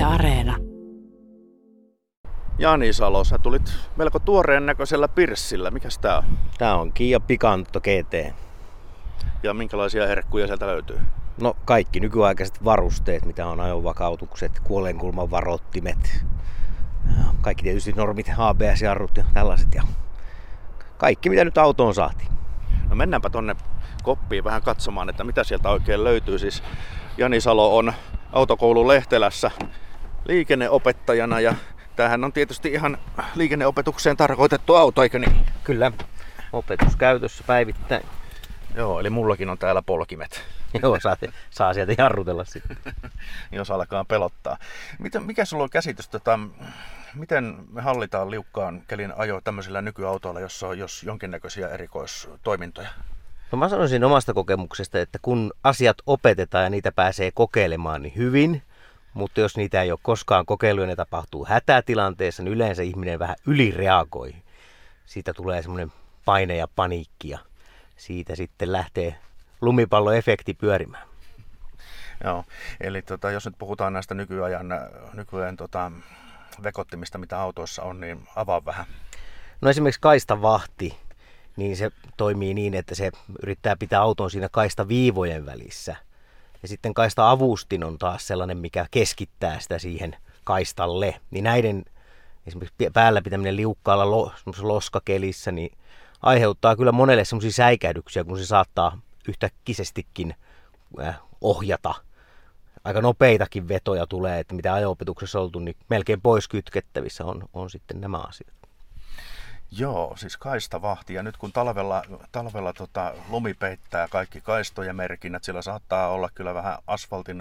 Areena. Jani Salo, sä tulit melko tuoreen näköisellä pirssillä. Mikäs tää on? Tää on Kia Picanto GT. Ja minkälaisia herkkuja sieltä löytyy? No kaikki nykyaikaiset varusteet, mitä on ajonvakautukset, kuolenkulman varottimet. Kaikki tietysti normit, ABS-jarrut ja tällaiset. Ja kaikki mitä nyt autoon saatiin. No mennäänpä tonne koppiin vähän katsomaan, että mitä sieltä oikein löytyy. Siis Jani Salo on autokoulun Lehtelässä liikenneopettajana ja tämähän on tietysti ihan liikenneopetukseen tarkoitettu auto, eikö niin? Kyllä, opetuskäytössä päivittäin. Joo, eli mullakin on täällä polkimet. Joo, saa sieltä jarrutella sitten. Jos alkaa pelottaa. Mikä sulla on käsitys, miten me hallitaan liukkaan kelin ajo tämmöisillä nykyautoilla, jossa on jonkinnäköisiä erikoistoimintoja? No mä sanoisin omasta kokemuksesta, että kun asiat opetetaan ja niitä pääsee kokeilemaan niin hyvin, mutta jos niitä ei ole koskaan kokeillut ja ne tapahtuu hätätilanteessa, niin yleensä ihminen vähän ylireagoi. Siitä tulee semmoinen paine ja paniikki ja siitä sitten lähtee lumipalloefekti pyörimään. Joo, eli jos nyt puhutaan näistä nykyään vekottimista, mitä autoissa on, niin avaa vähän. No esimerkiksi kaistavahti, niin se toimii niin, että se yrittää pitää auton siinä kaistaviivojen välissä. Ja sitten kaista-avustin on taas sellainen, mikä keskittää sitä siihen kaistalle. Niin näiden esimerkiksi päällä pitäminen liukkaalla loskakelissä niin aiheuttaa kyllä monelle semmoisia säikähdyksiä, kun se saattaa yhtäkkisestikin ohjata. Aika nopeitakin vetoja tulee, että mitä ajo-opetuksessa oltu, niin melkein pois kytkettävissä on sitten nämä asiat. Joo, siis kaistavahti. Ja nyt kun talvella lumi peittää kaikki kaistojen merkinnät, sillä saattaa olla kyllä vähän asfaltin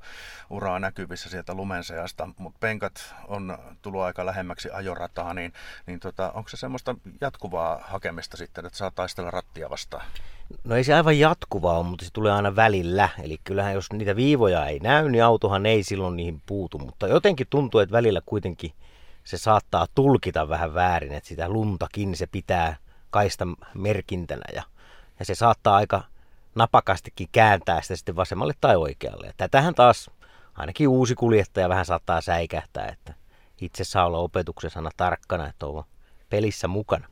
uraa näkyvissä sieltä lumen seasta, mutta penkat on tullut aika lähemmäksi ajorataa, niin onko se semmoista jatkuvaa hakemista sitten, että saa taistella rattia vastaan? No ei se aivan jatkuvaa ole, mutta se tulee aina välillä. Eli kyllähän jos niitä viivoja ei näy, niin autohan ei silloin niihin puutu, mutta jotenkin tuntuu, että välillä kuitenkin se saattaa tulkita vähän väärin, että sitä luntakin se pitää kaistan merkintänä ja se saattaa aika napakastikin kääntää sitä sitten vasemmalle tai oikealle. Ja tätähän taas ainakin uusi kuljettaja vähän saattaa säikähtää, että itse saa olla opetuksessa aina tarkkana, että on pelissä mukana.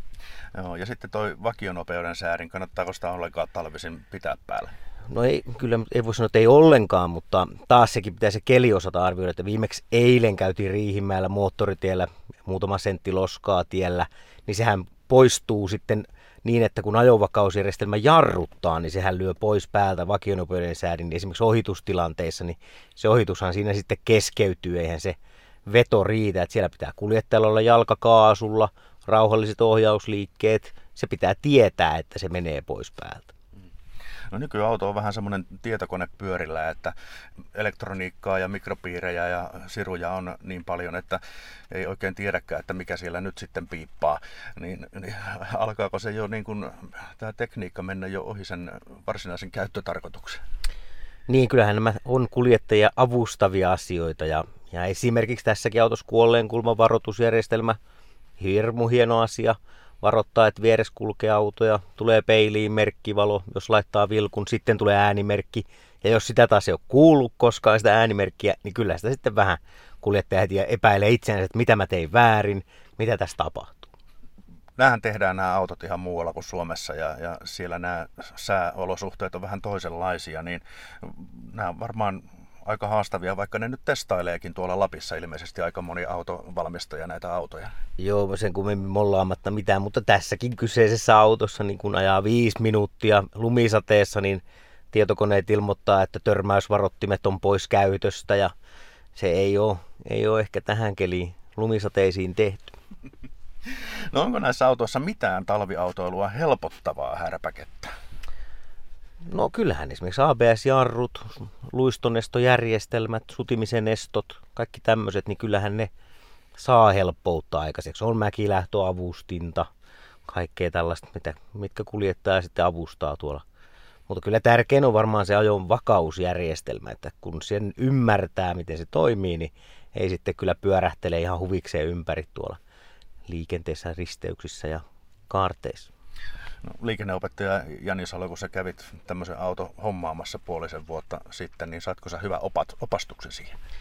Joo, ja sitten toi vakionopeuden säädin, kannattaako sitä ollenkaan talvisin pitää päällä? No ei, kyllä ei voi sanoa, että ei ollenkaan, mutta taas sekin pitää se keli osata arvioida, että viimeksi eilen käytiin Riihimäellä moottoritiellä, muutama sentti loskaa tiellä, niin sehän poistuu sitten niin, että kun ajovakausjärjestelmä jarruttaa, niin sehän lyö pois päältä vakionopeuden säädin, niin esimerkiksi ohitustilanteissa, niin se ohitushan siinä sitten keskeytyy, eihän se veto riitä, että siellä pitää kuljettajalla olla jalkakaasulla, rauhalliset ohjausliikkeet, se pitää tietää, että se menee pois päältä. No nykyauto on vähän semmoinen tietokone pyörillä, että elektroniikkaa ja mikropiirejä ja siruja on niin paljon, että ei oikein tiedäkään, että mikä siellä nyt sitten piippaa. Niin alkaako se jo niin kuin tämä tekniikka mennä jo ohi sen varsinaisen käyttötarkoituksen? Niin, kyllähän nämä on kuljettajia avustavia asioita ja esimerkiksi tässäkin autossa kuolleenkulman varoitusjärjestelmä, hirmu hieno asia. Varoittaa, että vieressä kulkee autoja, tulee peiliin merkkivalo, jos laittaa vilkun, sitten tulee äänimerkki. Ja jos sitä taas ei ole kuullut koskaan sitä äänimerkkiä, niin kyllä sitä sitten vähän kuljettaja heti epäilee itseänsä, että mitä mä tein väärin, mitä tässä tapahtuu. Nämähän tehdään nämä autot ihan muualla kuin Suomessa ja siellä nämä sääolosuhteet on vähän toisenlaisia, niin nämä on varmaan aika haastavia, vaikka ne nyt testaileekin tuolla Lapissa ilmeisesti aika moni autovalmistaja näitä autoja. Joo, sen kummemmin mollaamatta mitään, mutta tässäkin kyseisessä autossa, niin kun ajaa 5 minuuttia lumisateessa, niin tietokoneet ilmoittaa, että törmäysvarottimet on pois käytöstä ja se ei ole ehkä tähän keliin lumisateisiin tehty. No onko näissä autoissa mitään talviautoilua helpottavaa härpäkettä? No kyllähän esimerkiksi ABS-jarrut, luistonestojärjestelmät, sutimisen estot, kaikki tämmöiset, niin kyllähän ne saa helppoutta aikaiseksi. On mäkilähtöavustinta, kaikkea tällaista, mitkä kuljettaja sitten avustaa tuolla. Mutta kyllä tärkein on varmaan se ajon vakausjärjestelmä, että kun sen ymmärtää, miten se toimii, niin ei sitten kyllä pyörähtele ihan huvikseen ympäri tuolla liikenteessä, risteyksissä ja kaarteissa. No, liikenneopettaja Jani Salo, kun sä kävit tämmöisen auto hommaamassa puolisen vuotta sitten, niin saatko sä hyvän opastuksen siihen?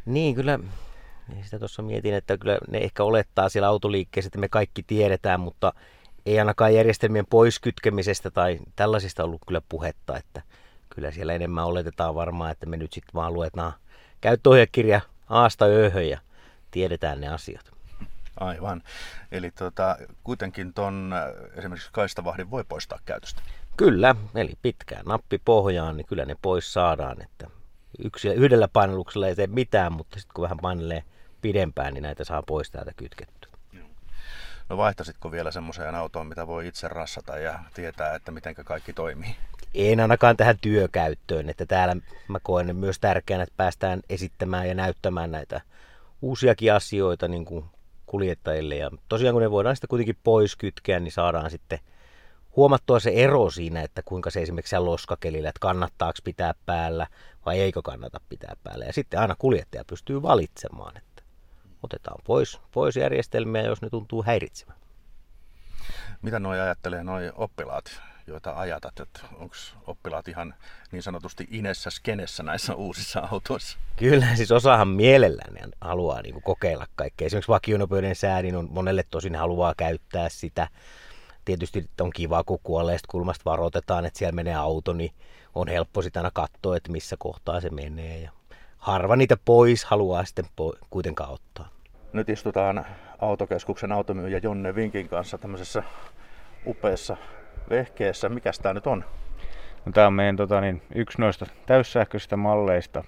Niin, kyllä sitä tuossa mietin, että kyllä ne ehkä olettaa siellä autoliikkeessä, että me kaikki tiedetään, mutta ei ainakaan järjestelmien poiskytkemisestä tai tällaisista ollut kyllä puhetta, että kyllä siellä enemmän oletetaan varmaan, että me nyt sitten vaan luetaan käyttöohjekirja Aasta Öhön ja tiedetään ne asiat. Aivan. Eli kuitenkin ton esimerkiksi kaistavahdin voi poistaa käytöstä. Kyllä, eli pitkään nappi pohjaan, niin kyllä ne pois saadaan, että yhdellä painalluksella ei tee mitään, mutta sitten kun vähän painelee pidempään, niin näitä saa pois täältä kytkettyä. No vaihtaisitko vielä semmoiseen autoon, mitä voi itse rassata ja tietää, että miten kaikki toimii? En ainakaan tähän työkäyttöön, että täällä mä koen myös tärkeänä, että päästään esittämään ja näyttämään näitä uusiakin asioita niin kuin kuljettajille. Ja tosiaan kun ne voidaan sitten kuitenkin pois kytkeä, niin saadaan sitten huomattua se ero siinä, että kuinka se esimerkiksi siellä loskakelillä, että kannattaako pitää päällä vai eikö kannata pitää päällä. Ja sitten aina kuljettaja pystyy valitsemaan, että otetaan pois järjestelmiä, jos ne tuntuu häiritsevän. Mitä ajattelee oppilaat, joita ajatat? Onko oppilaat ihan niin sanotusti inessä skenessä näissä uusissa autoissa? Kyllä, siis osahan mielellään ne haluaa niin kuin kokeilla kaikkea. Esimerkiksi vakionopeuden säädin on monelle tosin haluaa käyttää sitä. Tietysti on kiva, kun kuolleesta kulmasta varoitetaan, että siellä menee auto, niin on helppo sitä aina katsoa, että missä kohtaa se menee. Ja harva niitä pois haluaa sitten kuitenkaan ottaa. Nyt istutaan Autokeskuksen automyyjä Jonne Vinkin kanssa tämmöisessä upeassa vehkeessä. Mikäs tää nyt on? No, tää on meidän yksi noista täyssähköisistä malleista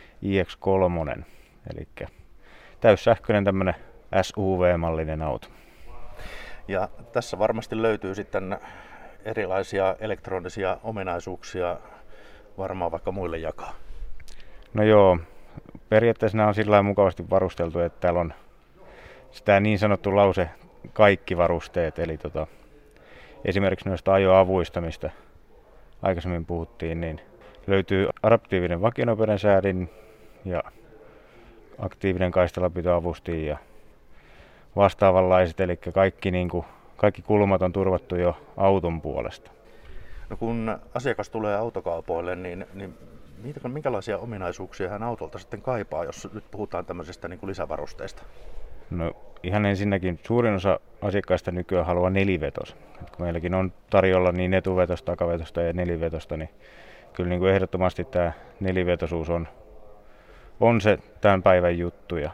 iX3, eli täyssähköinen tämmönen SUV-mallinen auto. Ja tässä varmasti löytyy sitten erilaisia elektronisia ominaisuuksia varmaan vaikka muille jakaa. No joo, periaatteessa nämä on sillä lailla mukavasti varusteltu, että täällä on sitä niin sanottu lause kaikki varusteet, eli esimerkiksi noista ajoavuista, mistä aikaisemmin puhuttiin, niin löytyy adaptiivinen vakionopeuden säädin ja aktiivinen kaistalapitoavustin ja vastaavanlaiset, eli kaikki kulmat on turvattu jo auton puolesta. No kun asiakas tulee autokaupoille, niin minkälaisia ominaisuuksia hän autolta sitten kaipaa, jos nyt puhutaan tämmöisistä niin kuin lisävarusteista? No ihan ensinnäkin suurin osa asiakkaista nykyään haluaa nelivetosta. Kun meilläkin on tarjolla niin etuvetosta, takavetosta ja nelivetosta, niin kyllä niin kuin ehdottomasti tämä nelivetosuus on se tämän päivän juttu. Ja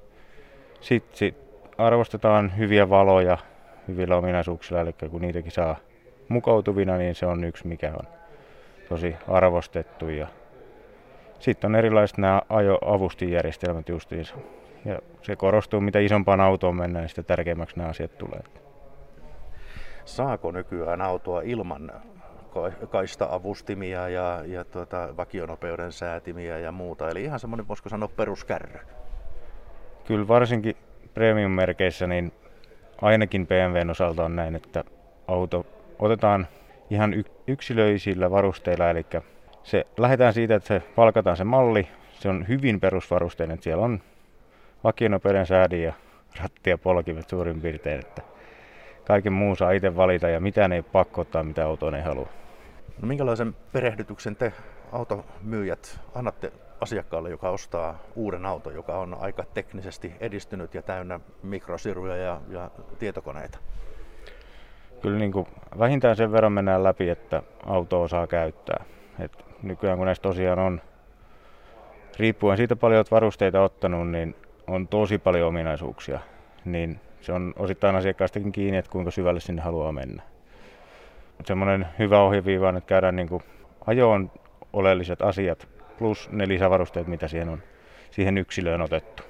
sitten arvostetaan hyviä valoja hyvillä ominaisuuksilla, eli kun niitäkin saa mukautuvina, niin se on yksi, mikä on tosi arvostettu. Ja sitten on erilaiset nämä ajoavustinjärjestelmät justiinsa. Ja se korostuu, mitä isompaan autoon mennään, niin sitä tärkeämmäksi nämä asiat tulee. Saako nykyään autoa ilman kaista-avustimia ja vakionopeuden säätimiä ja muuta? Eli ihan semmoinen, voisiko sanoa, peruskärry. Kyllä varsinkin premium-merkeissä, niin ainakin BMWn osalta on näin, että auto otetaan ihan yksilöisillä varusteilla, eli lähdetään siitä, että se palkataan se malli, se on hyvin perusvarusteinen, että siellä on vakionopeuden säädin ja ratti ja polkimet suurin piirtein, että kaiken muun saa itse valita ja mitään ei pakko ottaa, mitä autoon ei halua. No minkälaisen perehdytyksen te automyyjät annatte asiakkaalle, joka ostaa uuden auton, joka on aika teknisesti edistynyt ja täynnä mikrosiruja ja tietokoneita? Kyllä niin kuin vähintään sen verran mennään läpi, että auto osaa käyttää. Et nykyään kun näistä tosiaan on, riippuen siitä paljon olet varusteita ottanut, niin on tosi paljon ominaisuuksia. Niin se on osittain asiakkaistakin kiinni, että kuinka syvälle sinne haluaa mennä. Semmoinen hyvä ohjeviiva on, että käydään niin kuin ajoon oleelliset asiat plus ne lisävarusteet, mitä siihen yksilöön otettu.